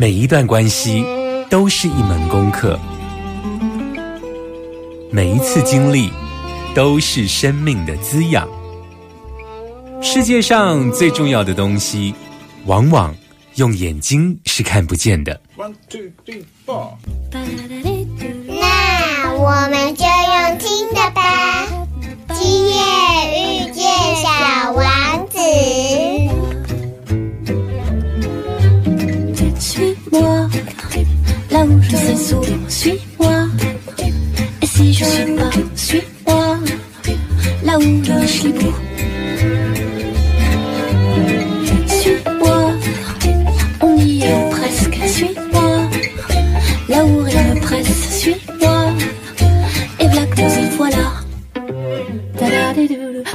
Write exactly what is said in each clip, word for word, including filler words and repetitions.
每一段关系都是一门功课，每一次经历都是生命的滋养。世界上最重要的东西，往往用眼睛是看不见的。 One, two, three, four. 那我们就用听的吧。今夜遇见小王子。 Suis-moi, là où je sais souvent, suis-moi. Et si je suis pas, suis-moi, là où je suis beau. Suis-moi, on y est presque, suis-moi, là où rien ne presse, suis-moi. Et voilà que nous y voilà. Da-da-di-do-do.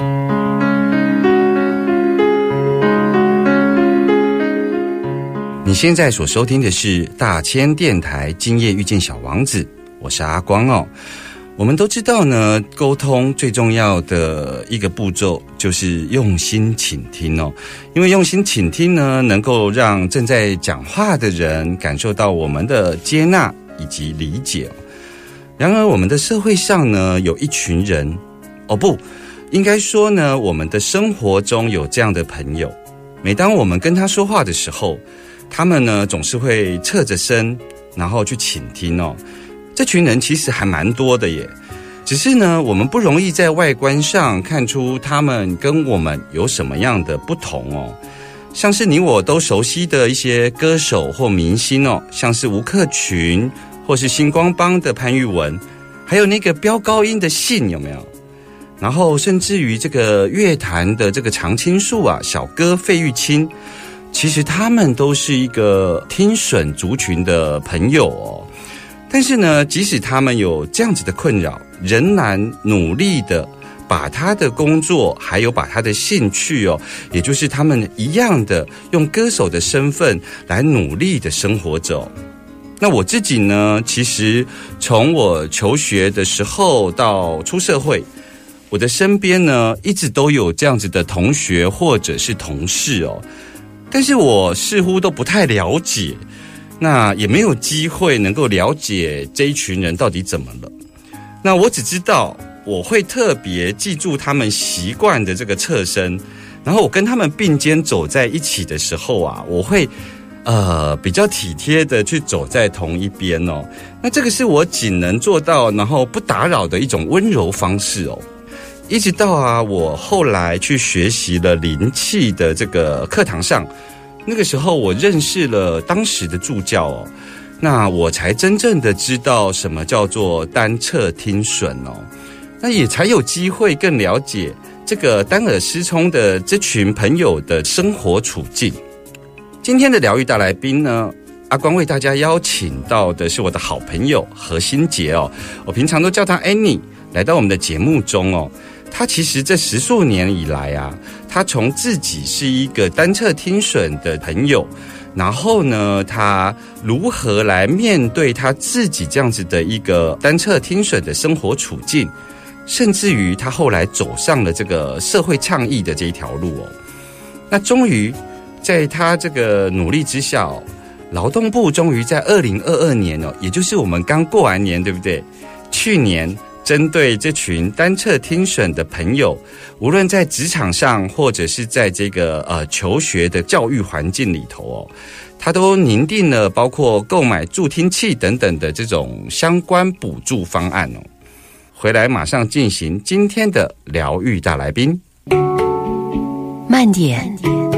你现在所收听的是大千电台今夜遇见小王子，我是阿光哦。我们都知道呢，沟通最重要的一个步骤就是用心倾听哦。因为用心倾听呢，能够让正在讲话的人感受到我们的接纳以及理解哦。然而我们的社会上呢，有一群人，哦不，应该说呢，我们的生活中有这样的朋友，每当我们跟他说话的时候，他们呢总是会侧着身，然后去倾听哦。这群人其实还蛮多的耶，只是呢我们不容易在外观上看出他们跟我们有什么样的不同哦。像是你我都熟悉的一些歌手或明星哦，像是吴克群或是星光帮的潘裕文，还有那个飙高音的信，有没有？然后甚至于这个乐坛的这个常青树啊，小哥费玉清，其实他们都是一个听损族群的朋友哦。但是呢，即使他们有这样子的困扰，仍然努力的把他的工作还有把他的兴趣哦，也就是他们一样的用歌手的身份来努力的生活着哦。那我自己呢，其实从我求学的时候到出社会，我的身边呢一直都有这样子的同学或者是同事哦。但是我似乎都不太了解，那也没有机会能够了解这一群人到底怎么了。那我只知道我会特别记住他们习惯的这个侧身，然后我跟他们并肩走在一起的时候啊，我会呃比较体贴的去走在同一边哦。那这个是我仅能做到然后不打扰的一种温柔方式哦。一直到啊，我后来去学习了灵气的这个课堂上，那个时候我认识了当时的助教哦，那我才真正的知道什么叫做单侧听损哦，那也才有机会更了解这个单耳失聪的这群朋友的生活处境。今天的疗愈大来宾呢，阿光为大家邀请到的是我的好朋友何心杰哦，我平常都叫他 Annie， 来到我们的节目中哦。他其实这十数年以来啊，他从自己是一个单侧听损的朋友，然后呢，他如何来面对他自己这样子的一个单侧听损的生活处境，甚至于他后来走上了这个社会倡议的这一条路哦。那终于在他这个努力之下哦，劳动部终于在二零二二年哦，也就是我们刚过完年，对不对？去年针对这群单侧听损的朋友，无论在职场上或者是在这个呃求学的教育环境里头哦，他都拟定了包括购买助听器等等的这种相关补助方案哦。回来马上进行今天的疗愈大来宾。 慢点，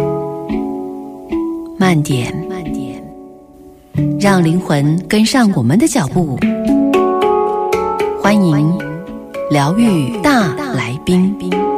慢点，慢点，让灵魂跟上我们的脚步。欢迎疗愈大来宾。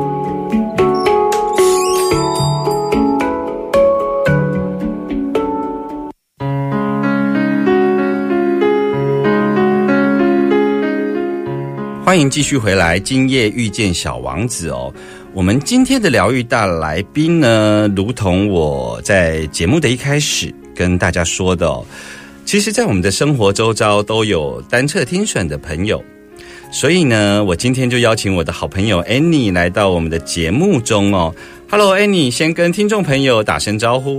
欢迎继续回来，今夜遇见小王子哦。我们今天的疗愈大来宾呢，如同我在节目的一开始跟大家说的哦，其实在我们的生活周遭都有单侧听损的朋友。所以呢，我今天就邀请我的好朋友 Annie 来到我们的节目中哦。Hello Annie， 先跟听众朋友打声招呼。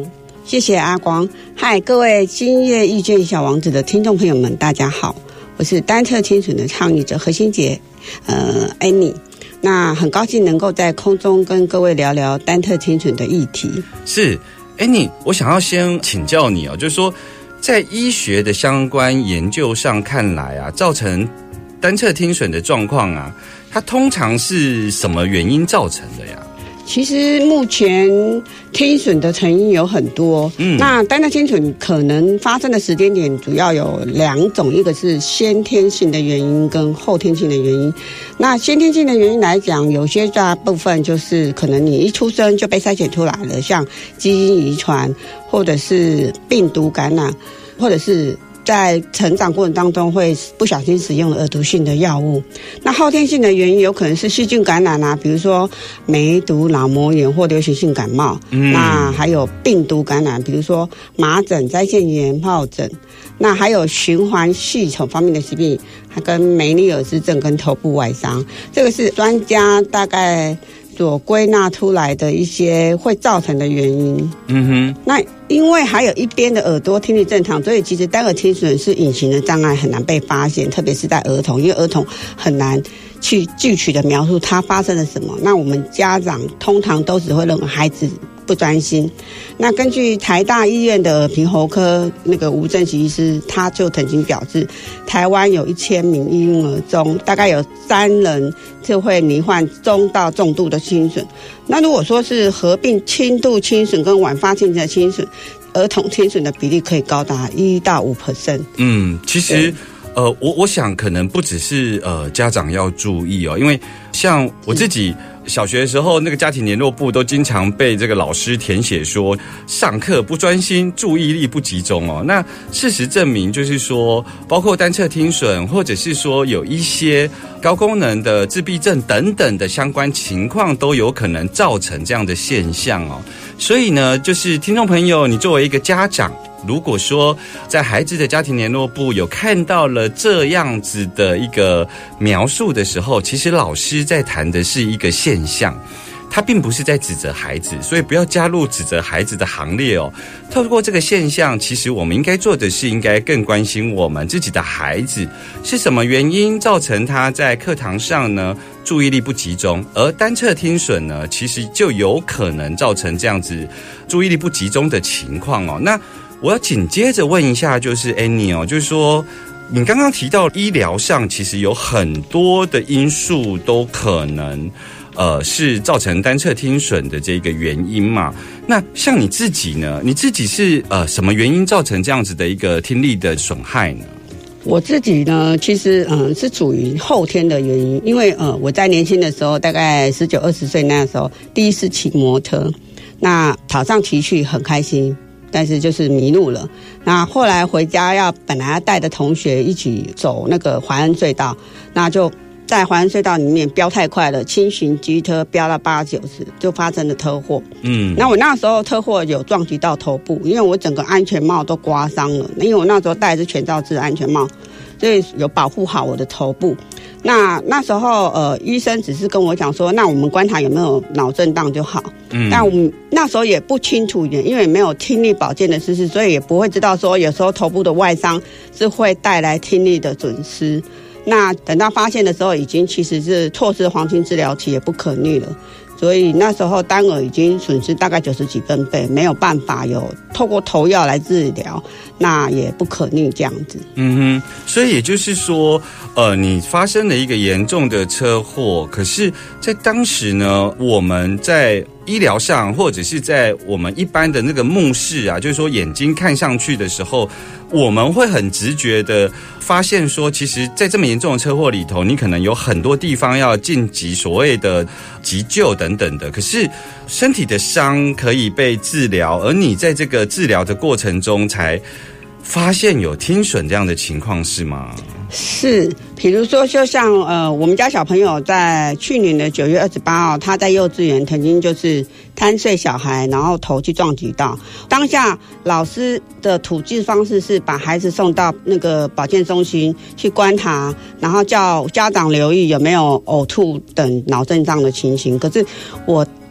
谢谢阿光。嗨，各位今夜遇见小王子的听众朋友们，大家好，我是单侧听损的倡议者何欣洁，呃 Annie。那很高兴能够在空中跟各位聊聊单侧听损的议题。 是 Annie， 我想要先请教你哦，就是说在医学的相关研究上看来啊，造成单侧听损的状况啊，它通常是什么原因造成的呀？ 其实目前听损的成因有很多，嗯，那单侧听损可能发生的时间点主要有两种，一个是先天性的原因跟后天性的原因。那先天性的原因来讲，有些大部分就是可能你一出生就被筛选出来了，像基因遗传，或者是病毒感染，或者是在成长过程当中会不小心使用了耳毒性的药物。那后天性的原因有可能是细菌感染啊，比如说梅毒、脑膜炎或流行性感冒，嗯，那还有病毒感染，比如说麻疹、腮腺炎、疱疹，那还有循环系统方面的疾病，还跟梅尼尔氏症跟头部外伤，这个是专家大概所归纳出来的一些会造成的原因。嗯哼，那因为还有一边的耳朵听力正常，所以其实单耳听损是隐形的障碍，很难被发现，特别是在儿童，因为儿童很难去具体的描述它发生了什么。那我们家长通常都只会认为孩子不专心。那根据台大医院的耳鼻喉科那个吴正喜医师，他就曾经表示，台湾有一千名婴儿中，大概有三人就会罹患中到重度的听损。那如果说是合并轻度听损跟晚发性的听损，儿童听损的比例可以高达一到五 percent。嗯， 其实。呃，我我想可能不只是呃家长要注意哦，因为像我自己小学的时候，那个家庭联络簿都经常被这个老师填写说上课不专心、注意力不集中哦。那事实证明，就是说，包括单侧听损，或者是说有一些高功能的自闭症等等的相关情况，都有可能造成这样的现象哦。所以呢，就是听众朋友，你作为一个家长，如果说在孩子的家庭联络簿有看到了这样子的一个描述的时候，其实老师在谈的是一个现象，他并不是在指责孩子，所以不要加入指责孩子的行列哦。透过这个现象，其实我们应该做的是，应该更关心我们自己的孩子是什么原因造成他在课堂上呢注意力不集中，而单侧听损呢，其实就有可能造成这样子注意力不集中的情况哦。那我要紧接着问一下，就是 Annie 哦，就是说你刚刚提到医疗上其实有很多的因素都可能呃是造成单侧听损的这个原因嘛。那像你自己呢，你自己是呃什么原因造成这样子的一个听力的损害呢？ 我自己呢，其实嗯、呃、是属于后天的原因，因为呃我在年轻的时候，大概十九二十岁那时候，第一次骑摩托车，那早上骑去很开心，但是就是迷路了。那后来回家要本来要带着同学一起走那个怀恩隧道，那就在怀恩隧道里面飙太快了，轻型机车飙到八九十，就发生了车祸。嗯，那我那时候车祸有撞击到头部，因为我整个安全帽都刮伤了，因为我那时候戴的是全罩式安全帽，所以有保护好我的头部。那那时候呃，医生只是跟我讲说，那我们观察有没有脑震荡就好。嗯，但我们那时候也不清楚，因为没有听力保健的知识，所以也不会知道说有时候头部的外伤是会带来听力的损失。那等到发现的时候，已经其实是错失黄金治疗期，也不可逆了。所以那时候单耳已经损失大概九十几分贝，没有办法有透过投药来治疗，那也不可逆这样子。嗯哼，所以也就是说，呃，你发生了一个严重的车祸，可是在当时呢，我们在医疗上，或者是在我们一般的那个目视啊，就是说眼睛看上去的时候，我们会很直觉的发现说，其实在这么严重的车祸里头，你可能有很多地方要晋级所谓的急救等等的，可是身体的伤可以被治疗，而你在这个治疗的过程中才发现有听损这样的情况，是吗？ 是，比如说就像呃，我们家小朋友在去年的九月二十八号，他在幼稚园曾经就是贪睡小孩，然后头去撞击到。当下老师的处置方式是把孩子送到那个保健中心去观察，然后叫家长留意有没有呕吐等脑震荡的情形。可是我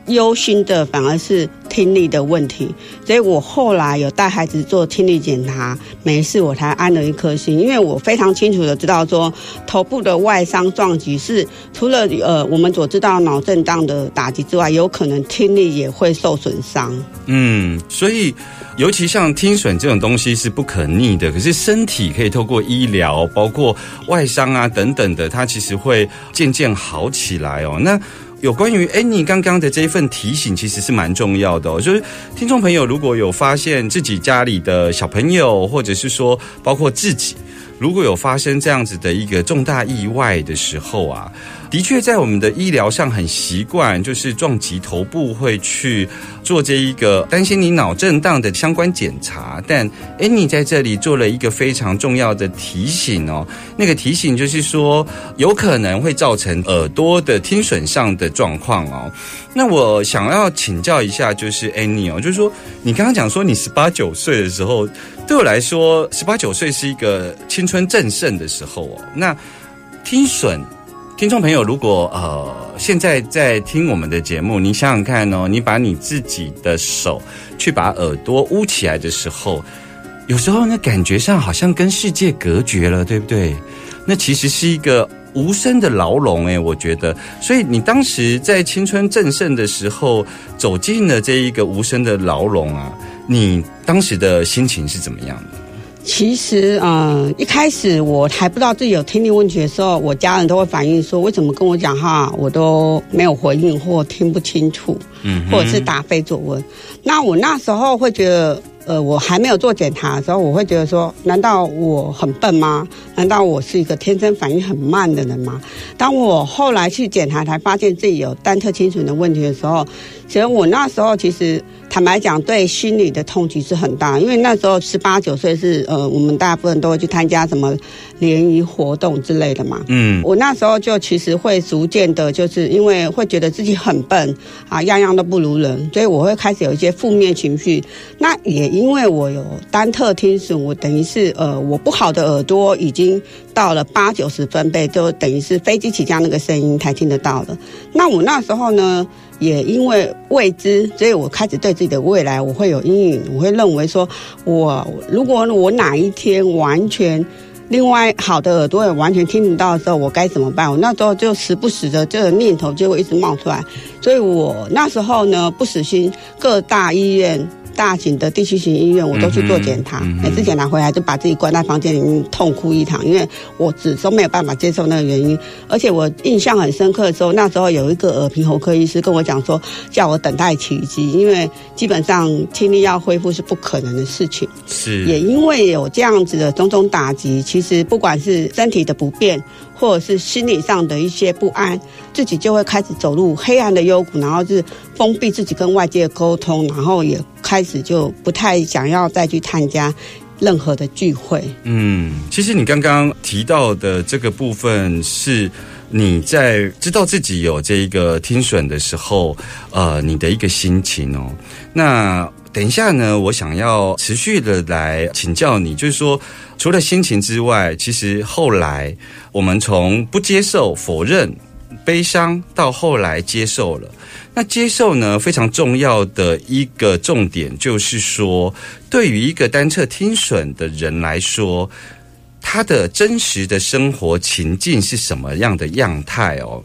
忧心的反而是听力的问题，所以我后来有带孩子做听力检查，没事我才安了一颗心，因为我非常清楚的知道说，头部的外伤撞击是除了呃我们所知道脑震荡的打击之外，有可能听力也会受损伤。 嗯，所以尤其像听损这种东西是不可逆的，可是身体可以透过医疗，包括外伤啊等等的，它其实会渐渐好起来哦。那有关于 Annie 刚刚的这一份提醒，其实是蛮重要的哦。就是听众朋友如果有发现自己家里的小朋友，或者是说包括自己，如果有发生这样子的一个重大意外的时候啊，的确在我们的医疗上很习惯，就是撞击头部会去做这一个担心你脑震荡的相关检查，但 Annie 在这里做了一个非常重要的提醒哦。那个提醒就是说，有可能会造成耳朵的听损上的状况哦。那我想要请教一下，就是 Annie 哦，就是说你刚刚讲说你十八九岁的时候，对我来说十八九岁是一个青春正盛的时候哦。那听损听众朋友，如果呃现在在听我们的节目，你想想看哦，你把你自己的手去把耳朵捂起来的时候，有时候呢感觉上好像跟世界隔绝了，对不对？那其实是一个无声的牢笼诶，我觉得。所以你当时在青春正盛的时候走进了这一个无声的牢笼啊，你当时的心情是怎么样的？ 其实呃一开始我还不知道自己有听力问题的时候，我家人都会反映说，为什么跟我讲话我都没有回应或听不清楚，嗯，或者是答非所问。那我那时候会觉得呃，我还没有做检查的时候，我会觉得说，难道我很笨吗？难道我是一个天生反应很慢的人吗？当我后来去检查才发现自己有单侧听损的问题的时候，其实我那时候其实坦白讲，对心理的痛击是很大，因为那时候十八九岁是呃，我们大部分都会去参加什么联谊活动之类的嘛。嗯，我那时候就其实会逐渐的，就是因为会觉得自己很笨啊，样样都不如人，所以我会开始有一些负面情绪。那也因为我有单侧听损，我等于是呃，我不好的耳朵已经到了八九十分贝，就等于是飞机起降那个声音才听得到的。那我那时候呢，也因为未知，所以我开始对自己的未来我会有阴影，我会认为说，我如果我哪一天完全另外好的耳朵也完全听不到的时候，我该怎么办？我那时候就时不时的这个念头就会一直冒出来，所以我那时候呢不死心，各大医院大型的地区型医院我都去做检查，嗯嗯、每次检查回来就把自己关在房间里面痛哭一场，因为我始终没有办法接受那个原因。而且我印象很深刻的时候，那时候有一个耳鼻喉科医师跟我讲说，叫我等待奇迹，因为基本上听力要恢复是不可能的事情。是，也因为有这样子的种种打击，其实不管是身体的不便，或者是心理上的一些不安，自己就会开始走入黑暗的幽谷，然后是封闭自己跟外界的沟通，然后也开始就不太想要再去参加任何的聚会。嗯， 其实你刚刚提到的这个部分是你在知道自己有这一个听损的时候，呃，你的一个心情哦。那等一下呢，我想要持续的来请教你，就是说，除了心情之外，其实后来我们从不接受、否认、悲伤，到后来接受了。那接受呢，非常重要的一个重点就是说，对于一个单侧听损的人来说，他的真实的生活情境是什么样的样态哦？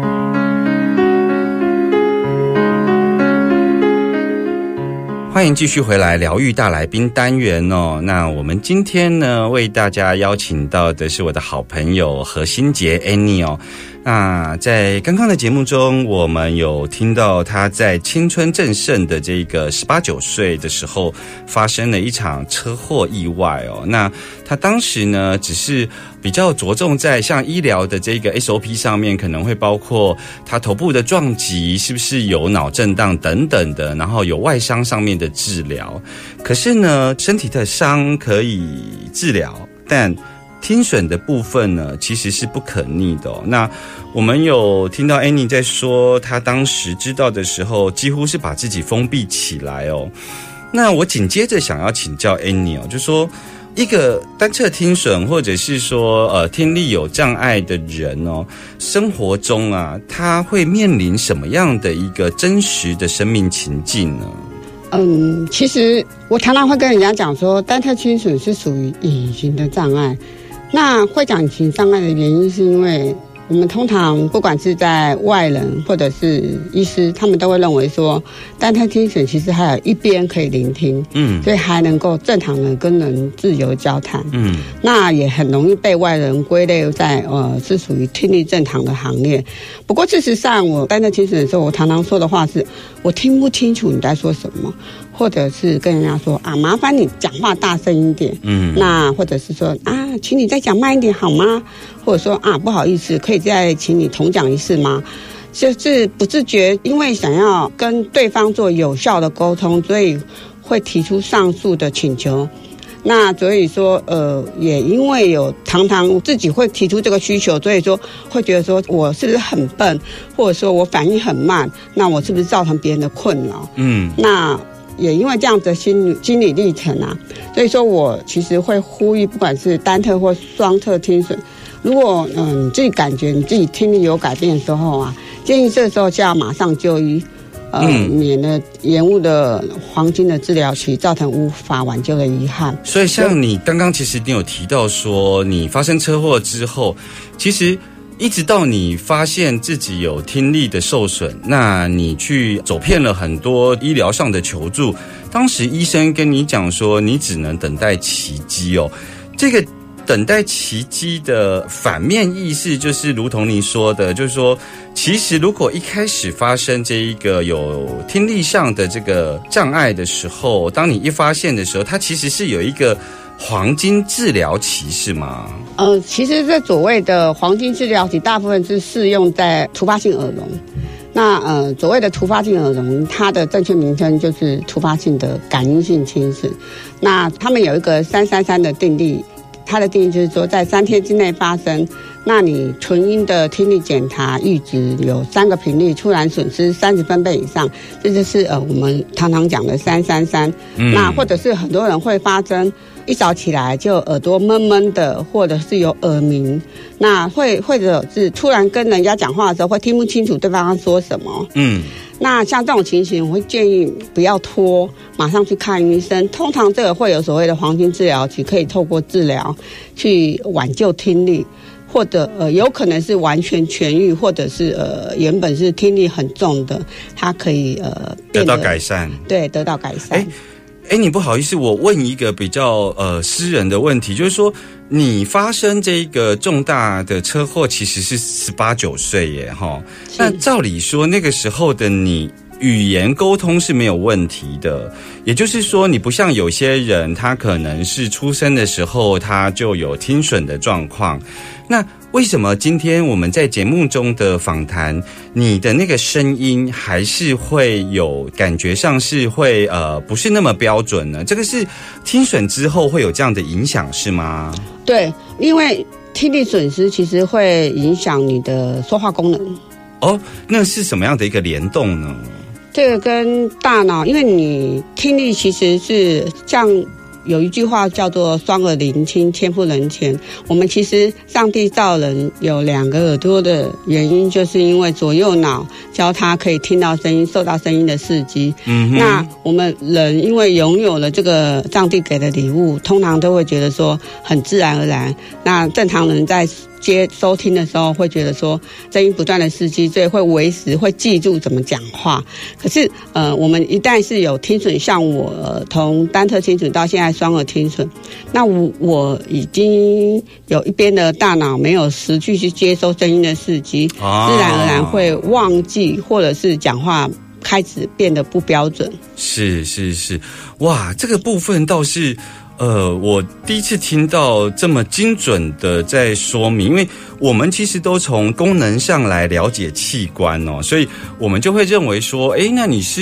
欢迎继续回来疗愈大来宾单元哦。那我们今天呢，为大家邀请到的是我的好朋友何欣洁 Annie 哦。那在刚刚的节目中，我们有听到她在青春正盛的这个十八九岁的时候，发生了一场车祸意外哦。那她当时呢，只是比较着重在像医疗的这个 S O P 上面，可能会包括她头部的撞击是不是有脑震荡等等的，然后有外伤上面的治疗。可是呢，身体的伤可以治疗，但听损的部分呢，其实是不可逆的哦。那我们有听到 Annie 在说，她当时知道的时候，几乎是把自己封闭起来哦。那我紧接着想要请教 Annie 哦，就说一个单侧听损或者是说呃听力有障碍的人哦，生活中啊，他会面临什么样的一个真实的生命情境呢？ 嗯，其实我常常会跟人家讲说，单侧听损是属于隐形的障碍。那会讲隐形障碍的原因，是因为我们通常不管是在外人或者是医师，他们都会认为说，单侧听损其实还有一边可以聆听，嗯，所以还能够正常的跟人自由交谈，嗯，那也很容易被外人归类在呃是属于听力正常的行列。不过事实上，我单侧听损的时候，我常常说的话是，我听不清楚你在说什么。或者是跟人家说啊，麻烦你讲话大声一点，嗯，那或者是说啊，请你再讲慢一点好吗？或者说啊，不好意思，可以再请你重讲一次吗？就是不自觉，因为想要跟对方做有效的沟通，所以会提出上述的请求。那所以说，呃，也因为有常常自己会提出这个需求，所以说会觉得说我是不是很笨，或者说我反应很慢，那我是不是造成别人的困扰？嗯，那。也因为这样子的心理心理历程啊，所以说我其实会呼吁，不管是单侧或双侧听损，如果嗯、呃、你自己感觉你自己听力有改变的时候啊，建议这时候就要马上就医，呃，嗯、免了延误的黄金的治疗期，造成无法挽救的遗憾。 所以像你刚刚其实你有提到说，你发生车祸之后，其实。一直到你发现自己有听力的受损，那你去走遍了很多医疗上的求助，当时医生跟你讲说，你只能等待奇迹哦。这个等待奇迹的反面意思就是如同你说的，就是说其实如果一开始发生这一个有听力上的这个障碍的时候，当你一发现的时候，它其实是有一个黄金治疗期是吗？ 呃，其实这所谓的黄金治疗期，大部分是适用在突发性耳聋。那呃，所谓的突发性耳聋，它的正确名称就是突发性的感应性听损。那他们有一个三三三的定义，它的定义就是说，在三天之内发生，那你纯音的听力检查阈值有三个频率突然损失三十分贝以上，这就是呃我们常常讲的三三三。那或者是很多人会发生。一早起来就耳朵闷闷的，或者是有耳鸣，那会或者是突然跟人家讲话的时候会听不清楚对方在说什么。嗯，那像这种情形，我会建议不要拖，马上去看医生。通常这个会有所谓的黄金治疗期，可以透过治疗去挽救听力，或者呃有可能是完全痊愈，或者是呃原本是听力很重的，它可以呃得到改善。 对，得到改善。 哎，你不好意思，我问一个比较呃私人的问题，就是说你发生这个重大的车祸其实是十八九岁耶齁，那照理说那个时候的你语言沟通是没有问题的，也就是说你不像有些人他可能是出生的时候他就有听损的状况，那为什么今天我们在节目中的访谈，你的那个声音还是会有感觉上是会呃不是那么标准呢？这个是听损之后会有这样的影响是吗？ 对，因为听力损失其实会影响你的说话功能。 哦，那是什么样的一个联动呢？ 这个跟大脑，因为你听力其实是像。有一句话叫做双耳聆听，天赋人前。我们其实上帝造人有两个耳朵的原因，就是因为左右脑教他可以听到声音，受到声音的刺激。嗯，那我们人因为拥有了这个上帝给的礼物，通常都会觉得说很自然而然。那正常人在接收听的时候会觉得说声音不断的刺激，所以会维持会记住怎么讲话。可是呃，我们一旦是有听损，像我、呃、从单侧听损到现在双耳听损，那我我已经有一边的大脑没有持续去接收声音的刺激，哦、自然而然会忘记，或者是讲话开始变得不标准。 是是是，哇，这个部分倒是。呃，我第一次听到这么精准的在说明，因为我们其实都从功能上来了解器官哦，所以我们就会认为说，诶，那你是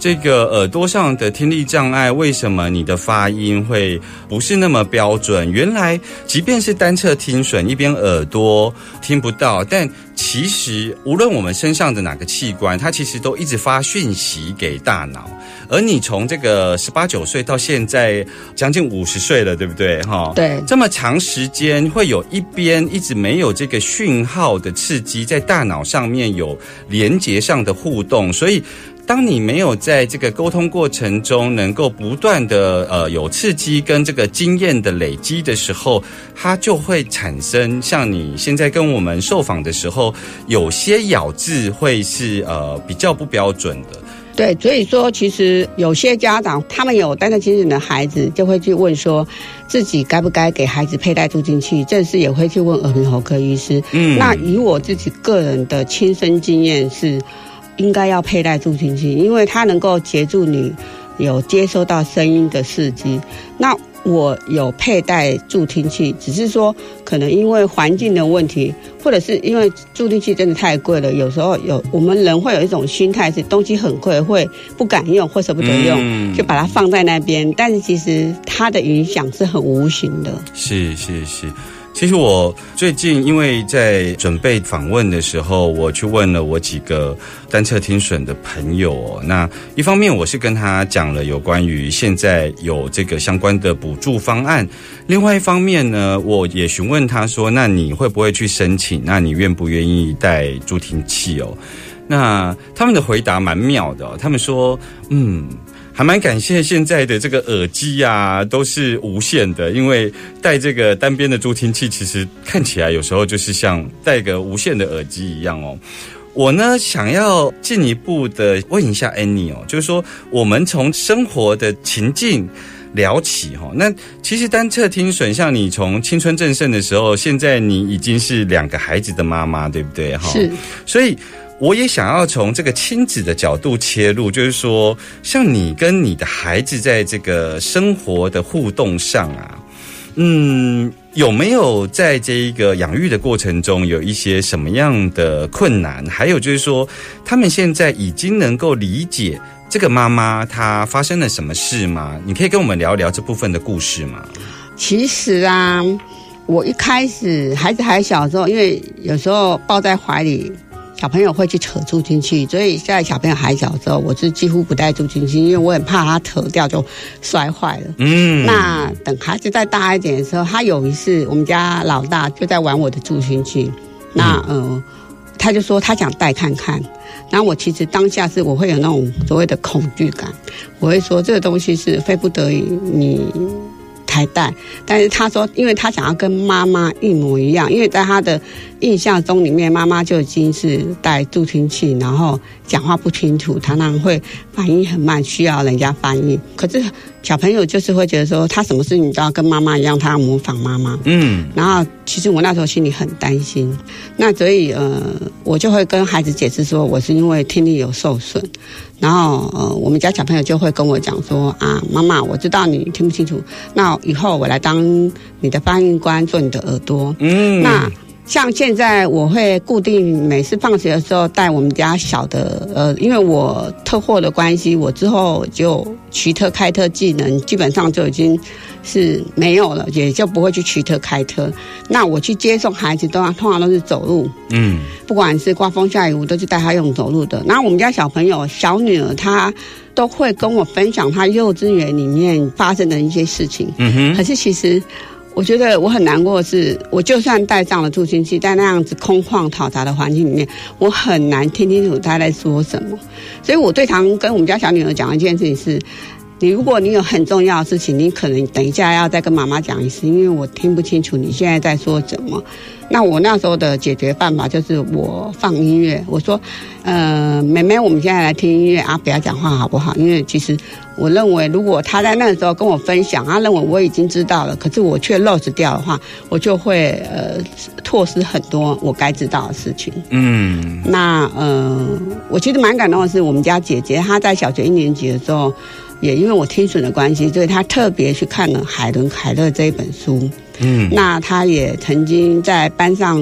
这个耳朵上的听力障碍，为什么你的发音会不是那么标准？原来即便是单侧听损，一边耳朵听不到，但其实无论我们身上的哪个器官，它其实都一直发讯息给大脑。而你从这个十八九岁到现在将近五十岁了，对不对？哈， 对， 这么长时间会有一边一直没有这个讯号的刺激，在大脑上面有连结上的互动，所以当你没有在这个沟通过程中能够不断的呃有刺激跟这个经验的累积的时候，它就会产生像你现在跟我们受访的时候，有些咬字会是呃比较不标准的。 对，所以说其实有些家长他们有单侧听损的孩子，就会去问说自己该不该给孩子佩戴助听器，这事也会去问耳鼻喉科医师。嗯，那以我自己个人的亲身经验是，应该要佩戴助听器，因为它能够协助你有接收到声音的刺激。那我有佩戴助听器，只是说可能因为环境的问题，或者是因为助听器真的太贵了，有时候有我们人会有一种心态是东西很贵会不敢用或舍不得用、嗯、就把它放在那边，但是其实它的影响是很无形的。 是是是，其实我最近因为在准备访问的时候，我去问了我几个单侧听损的朋友哦。那一方面我是跟他讲了有关于现在有这个相关的补助方案，另外一方面呢，我也询问他说，那你会不会去申请？那你愿不愿意戴助听器哦？那他们的回答蛮妙的哦，他们说，嗯。还蛮感谢现在的这个耳机啊，都是无线的，因为戴这个单边的助听器，其实看起来有时候就是像戴个无线的耳机一样哦。我呢，想要进一步的问一下 Annie 哦，就是说我们从生活的情境聊起哈。那其实单侧听损，像你从青春正盛的时候，现在你已经是两个孩子的妈妈，对不对？哈， 是， 所以。我也想要从这个亲子的角度切入，就是说，像你跟你的孩子在这个生活的互动上啊，嗯，有没有在这一个养育的过程中有一些什么样的困难？还有就是说，他们现在已经能够理解这个妈妈她发生了什么事吗？你可以跟我们聊聊这部分的故事吗？ 其实啊，我一开始孩子还小的时候，因为有时候抱在怀里。小朋友会去扯助听器，所以在小朋友还小的时候，我是几乎不戴助听器，因为我很怕他扯掉就摔坏了。嗯，那等孩子再大一点的时候，他有一次我们家老大就在玩我的助听器，那呃，他就说他想戴看看，然后我其实当下是我会有那种所谓的恐惧感，我会说这个东西是非不得已你。才戴，但是他说，因为他想要跟妈妈一模一样，因为在他的印象中里面，妈妈就已经是戴助听器，然后讲话不清楚，常常会反应很慢，需要人家翻译。可是小朋友就是会觉得说，他什么事情都要跟妈妈一样，他要模仿妈妈。嗯，然后其实我那时候心里很担心，那所以呃，我就会跟孩子解释说，我是因为听力有受损。然后呃，我们家小朋友就会跟我讲说啊，妈妈，我知道你听不清楚，那以后我来当你的翻译官，做你的耳朵。嗯，那像现在我会固定每次放学的时候带我们家小的，呃，因为我特货的关系，我之后就骑车开车技能基本上就已经是没有了，也就不会去骑车开车。那我去接送孩子都通常都是走路，嗯，不管是刮风下雨，我都是带他用走路的。然后我们家小朋友小女儿她都会跟我分享她幼稚园里面发生的一些事情，嗯哼。可是其实我觉得我很难过的是，我就算带上了助听器，在那样子空旷嘈杂的环境里面，我很难听清楚他在说什么。所以我最常跟我们家小女儿讲一件事情是，你如果你有很重要的事情，你可能等一下要再跟妈妈讲一次，因为我听不清楚你现在在说什么。那我那时候的解决办法就是我放音乐，我说呃，妹妹我们现在来听音乐啊，不要讲话好不好？因为其实我认为如果他在那个时候跟我分享，他认为我已经知道了，可是我却 lose 掉的话，我就会呃错失很多我该知道的事情。嗯，那呃我其实蛮感动的是，我们家姐姐她在小学一年级的时候，也因为我听损的关系，所以她特别去看了海伦凯勒这一本书。嗯，那他也曾经在班上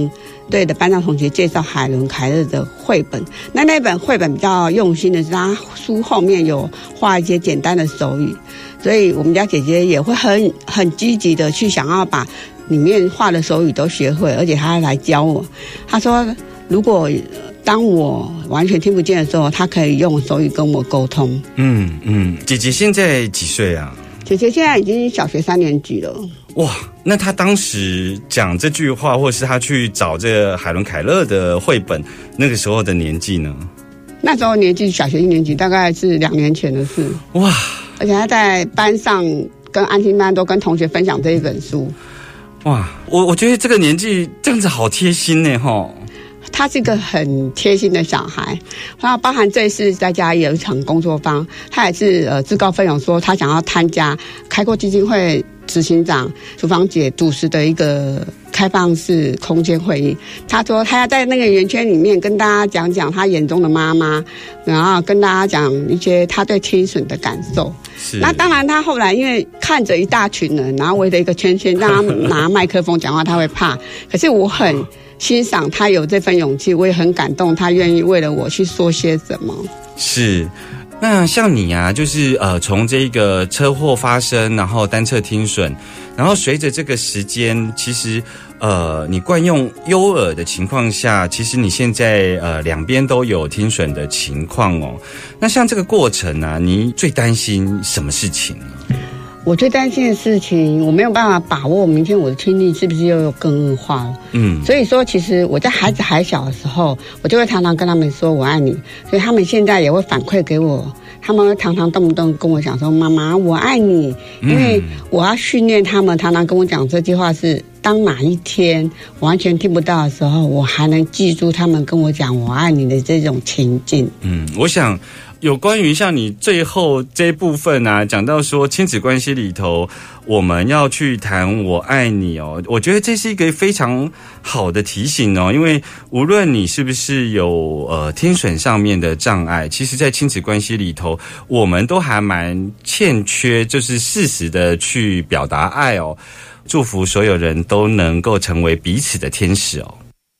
队的班上同学介绍海伦凯勒的绘本。那那本绘本比较用心的是，他书后面有画一些简单的手语，所以我们家姐姐也会很很积极的去想要把里面画的手语都学会，而且她来教我。她说，如果当我完全听不见的时候，她可以用手语跟我沟通。 嗯嗯，姐姐现在几岁啊？ 姐姐现在已经小学三年级了。 哇，那她当时讲这句话，或是她去找这个海伦凯勒的绘本，那个时候的年纪呢？ 那时候年纪小学一年级，大概是两年前的事。 哇！ 而且她在班上跟安亲班都跟同学分享这一本书。 哇，我我觉得这个年纪这样子好贴心呢，哈。 他是一个很贴心的小孩，然后包含这次在家有一场工作坊，他也是呃自告奋勇说他想要参加开阔基金会执行长厨房姐主持的一个开放式空间会议。他说他要在那个圆圈里面跟大家讲讲他眼中的妈妈，然后跟大家讲一些他对亲损的感受。 是。 那当然他后来因为看着一大群人，然后围着一个圈圈让他拿麦克风讲话，他会怕。可是我很欣赏他有这份勇气，我也很感动，他愿意为了我去说些什么。 是。那像你啊，就是呃，从这个车祸发生，然后单侧听损，然后随着这个时间，其实呃，你惯用优耳的情况下，其实你现在呃两边都有听损的情况哦。那像这个过程啊，你最担心什么事情呢？ 我最担心的事情，我没有办法把握明天我的听力是不是又有更恶化了。嗯，所以说其实我在孩子还小的时候，我就会常常跟他们说我爱你，所以他们现在也会反馈给我，他们会常常动不动跟我讲说妈妈我爱你，因为我要训练他们常常跟我讲这句话是，当哪一天我完全听不到的时候，我还能记住他们跟我讲我爱你的这种情境。 嗯，我想有关于像你最后这一部分啊，讲到说亲子关系里头，我们要去谈我爱你哦，我觉得这是一个非常好的提醒哦，因为无论你是不是有呃听损上面的障碍，其实在亲子关系里头，我们都还蛮欠缺，就是适时的去表达爱哦。祝福所有人都能够成为彼此的天使哦。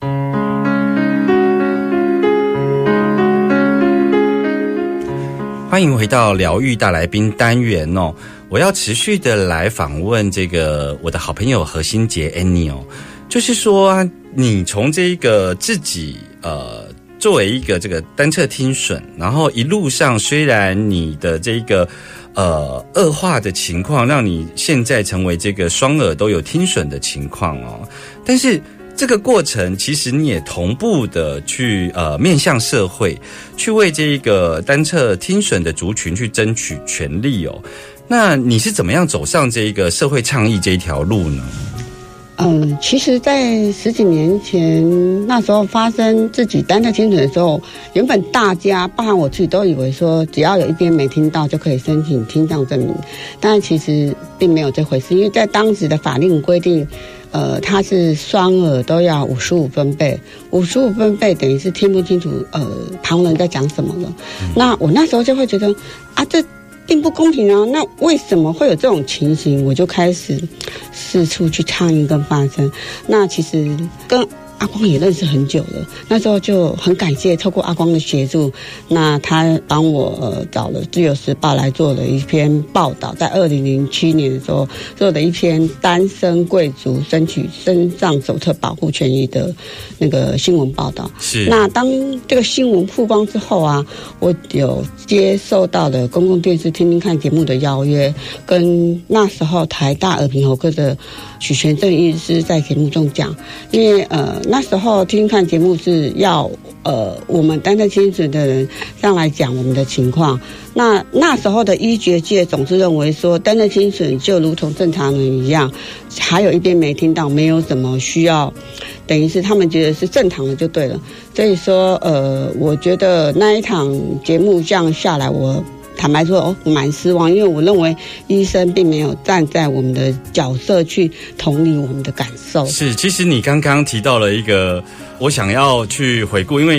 欢迎回到疗愈大来宾单元哦，我要持续的来访问这个我的好朋友何心杰 Annie 哦，就是说你从这个自己呃作为一个这个单侧听损，然后一路上虽然你的这个呃恶化的情况让你现在成为这个双耳都有听损的情况哦，但是这个过程其实你也同步的去呃面向社会，去为这个单侧听损的族群去争取权利哦。那你是怎么样走上这个社会倡议这一条路呢？ 嗯，其实在十几年前那时候发生自己单侧听损的时候，原本大家包含我自己都以为说只要有一边没听到就可以申请听障证明，但其实并没有这回事，因为在当时的法令规定呃，它是双耳都要五十五分贝，五十五分贝等于是听不清楚呃旁人在讲什么了。嗯、那我那时候就会觉得啊，这并不公平啊！那为什么会有这种情形？我就开始四处去倡议跟发声。那其实跟阿光也认识很久了，那时候就很感谢透过阿光的协助，那他帮我呃找了《自由时报》来做了一篇报道，在二零零七年的时候做的一篇单身贵族争取身障手册保护权益的那个新闻报道。 是。 那当这个新闻曝光之后啊，我有接受到了公共电视听听看节目的邀约，跟那时候台大耳鼻喉科的许全正医师在节目中讲，因为呃那时候听看节目是要呃我们单侧听损的人上来讲我们的情况，那那时候的医学界总是认为说单侧听损就如同正常人一样，还有一边没听到，没有什么需要，等于是他们觉得是正常的就对了。所以说呃我觉得那一场节目这样下来，我坦白说哦，蛮失望，因为我认为医生并没有站在我们的角色去同理我们的感受。 是，其实你刚刚提到了一个我想要去回顾，因为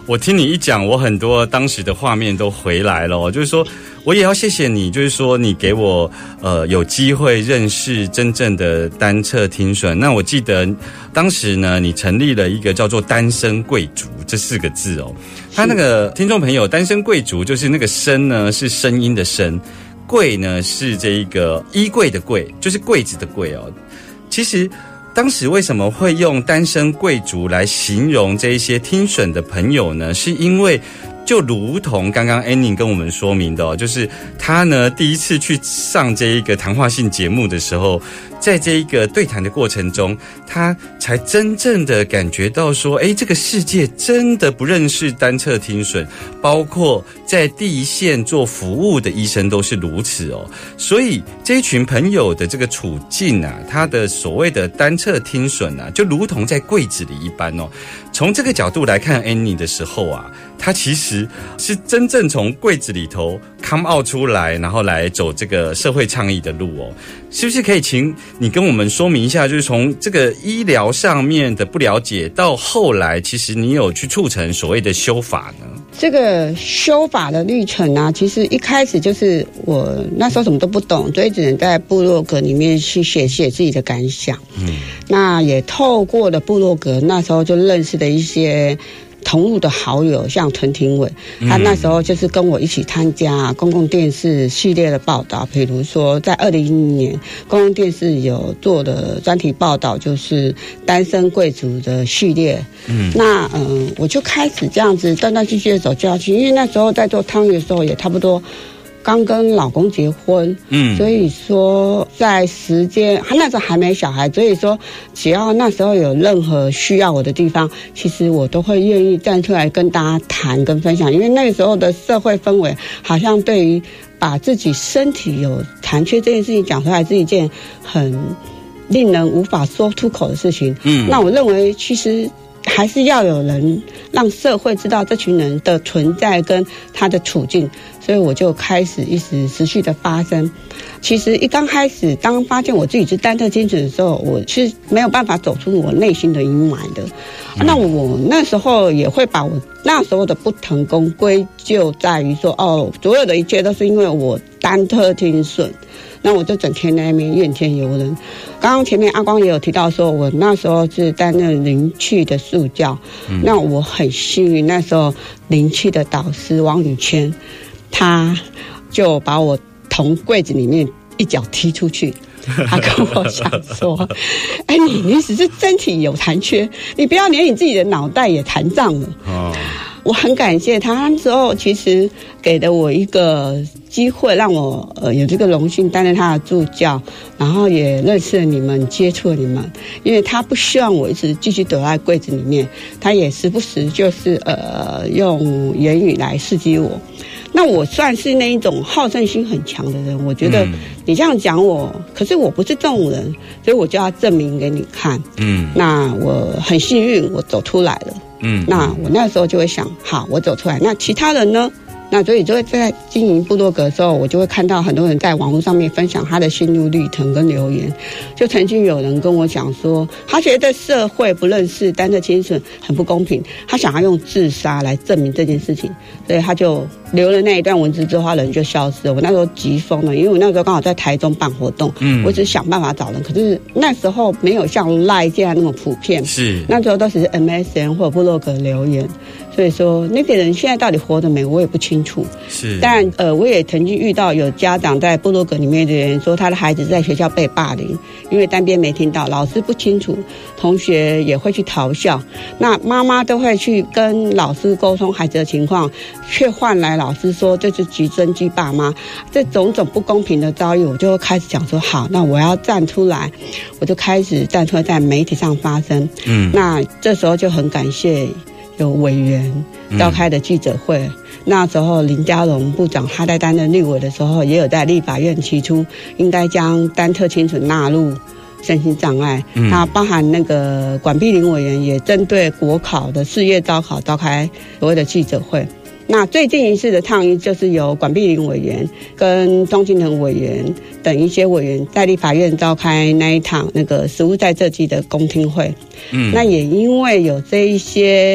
我听你一讲，我很多当时的画面都回来了、哦，就是说我也要谢谢你，就是说你给我呃有机会认识真正的单侧听损。那我记得当时呢，你成立了一个叫做单身贵族这四个字哦。他那个听众朋友，单身贵族就是那个声呢是声音的声，柜呢是这一个衣柜的柜，就是柜子的柜哦。其实当时为什么会用单身贵族来形容这一些听损的朋友呢？是因为就如同刚刚 Annie 跟我们说明的哦，就是他呢第一次去上这一个谈话性节目的时候，在这一个对谈的过程中，他才真正的感觉到说，诶，这个世界真的不认识单侧听损，包括在第一线做服务的医生都是如此哦。所以这一群朋友的这个处境啊，他的所谓的单侧听损啊，就如同在柜子里一般哦。从这个角度来看 Annie 的时候啊，他其实是真正从柜子里头 come out 出来，然后来走这个社会倡议的路哦。是不是可以请你跟我们说明一下，就是从这个医疗上面的不了解，到后来其实你有去促成所谓的修法呢？ 这个修法的历程啊，其实一开始就是我那时候什么都不懂，所以只能在部落格里面去写写自己的感想。嗯，那也透过了部落格，那时候就认识的一些同路的好友，像屯廷伟，他那时候就是跟我一起参加公共电视系列的报道，比如说在二零一零年公共电视有做的专题报道，就是单身贵族的系列。嗯，那嗯、呃，我就开始这样子断断续续的走下去，因为那时候在做汤圆的时候也差不多刚跟老公结婚，嗯，所以说在时间，他那时候还没小孩，所以说只要那时候有任何需要我的地方，其实我都会愿意站出来跟大家谈跟分享，因为那个时候的社会氛围好像对于把自己身体有残缺这件事情讲出来是一件很令人无法说出口的事情，嗯，那我认为其实还是要有人让社会知道这群人的存在跟他的处境，所以我就开始一直持续的发声。其实一刚开始当发现我自己是单侧听损的时候，我是没有办法走出我内心的阴霾的、嗯、那我那时候也会把我那时候的不成功归咎在于说，哦，所有的一切都是因为我单侧听损，那我就整天在那边怨天尤人。刚刚前面阿光也有提到说，我那时候是担任灵气的助教、嗯、那我很幸运，那时候灵气的导师王宇谦，他就把我从柜子里面一脚踢出去。他跟我讲说，哎，你你只是身体有残缺，你不要连你自己的脑袋也残障了。哦，我很感谢他，那时候其实给了我一个机会，让我呃有这个荣幸担任他的助教，然后也认识了你们，接触了你们。因为他不希望我一直继续躲在柜子里面，他也时不时就是呃用言语来刺激我。那我算是那一种好胜心很强的人，我觉得你这样讲我，可是我不是这种人，所以我就要证明给你看。嗯，那我很幸运，我走出来了。嗯，那我那时候就会想，好，我走出来，那其他人呢？那所以就会在经营部落格的时候，我就会看到很多人在网络上面分享他的心路历程跟留言。就曾经有人跟我讲说，他觉得社会不认识单侧听损很不公平，他想要用自杀来证明这件事情，所以他就留了那一段文字之后，他人就消失了。我那时候急疯了，因为我那时候刚好在台中办活动，嗯，我只是想办法找人，可是那时候没有像 LINE 现在那么普遍，是那时候都只是 M S N 或者部落格留言。所以说那个人现在到底活得没，我也不清楚。是，但呃，我也曾经遇到有家长在部落格里面的人说，他的孩子在学校被霸凌，因为单边没听到，老师不清楚，同学也会去嘲笑，那妈妈都会去跟老师沟通孩子的情况，却换来老师说这是极尊鸡爸妈，这种种不公平的遭遇，我就开始想说，好，那我要站出来，我就开始站出来在媒体上发声。嗯，那这时候就很感谢有委员召开的记者会、嗯、那时候林佳龙部长他在担任立委的时候，也有在立法院提出应该将单侧听损纳入身心障碍、嗯、那包含那个管碧玲委员也针对国考的事业招考召开所谓的记者会。那最近一次的倡议就是由管碧玲委员跟庄敬腾委员等一些委员在立法院召开那一场那个实务在这季的公听会。嗯，那也因为有这一些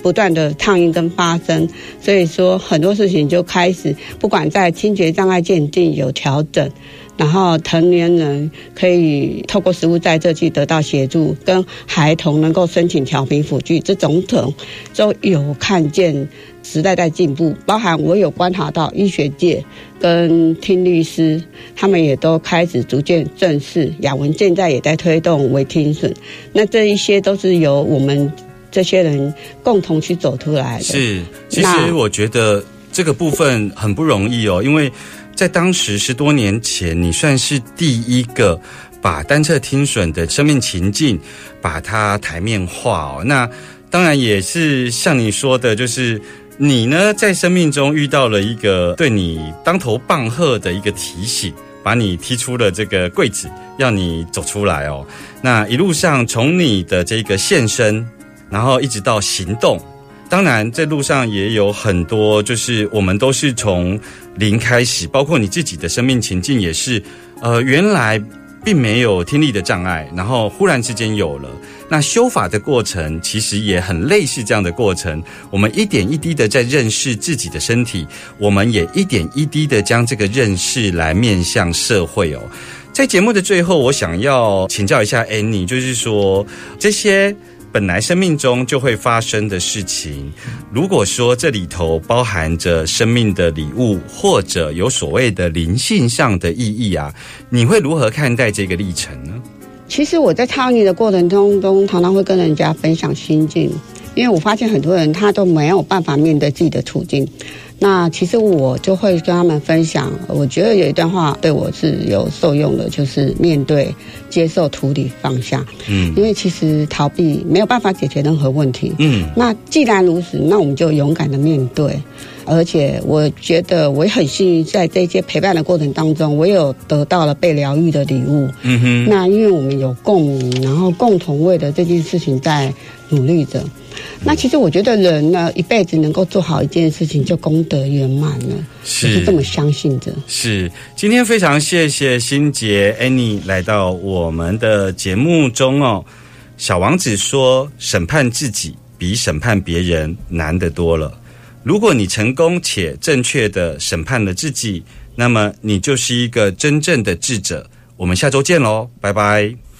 不断的倡议跟发声，所以说很多事情就开始，不管在听觉障碍鉴定有调整，然后成年人可以透过食物在这具得到协助，跟孩童能够申请调频辅具，这种种都有看见时代在进步。包含我有观察到医学界跟听律师，他们也都开始逐渐正视，雅文现在也在推动微听损，那这一些都是由我们这些人共同去走出来的。 是，其实我觉得这个部分很不容易哦，因为在当时十多年前，你算是第一个把单侧听损的生命情境把它台面化哦。那当然也是像你说的，就是你呢在生命中遇到了一个对你当头棒喝的一个提醒，把你踢出了这个柜子，让你走出来哦。那一路上从你的这个现身，然后一直到行动，当然这路上也有很多，就是我们都是从零开始，包括你自己的生命情境也是，呃，原来并没有听力的障碍，然后忽然之间有了。那修法的过程其实也很类似这样的过程，我们一点一滴的在认识自己的身体，我们也一点一滴的将这个认识来面向社会哦。在节目的最后，我想要请教一下 Annie， 就是说这些本来生命中就会发生的事情，如果说这里头包含着生命的礼物，或者有所谓的灵性上的意义啊，你会如何看待这个历程呢？ 其实我在倡议的过程中中，常常会跟人家分享心境，因为我发现很多人他都没有办法面对自己的处境。那其实我就会跟他们分享，我觉得有一段话对我是有受用的，就是面对、接受、处理、放下。嗯，因为其实逃避没有办法解决任何问题。嗯，那既然如此，那我们就勇敢的面对。而且我觉得我也很幸运，在这些陪伴的过程当中，我有得到了被疗愈的礼物。嗯哼，那因为我们有共鸣，然后共同为了这件事情在努力着。那其实我觉得人呢，一辈子能够做好一件事情，就功德圆满了。是，我是这么相信着。 是，今天非常谢谢欣洁 Annie 来到我们的节目中哦。小王子说，审判自己比审判别人难得多了。如果你成功且正确的审判了自己，那么你就是一个真正的智者。我们下周见咯，拜拜。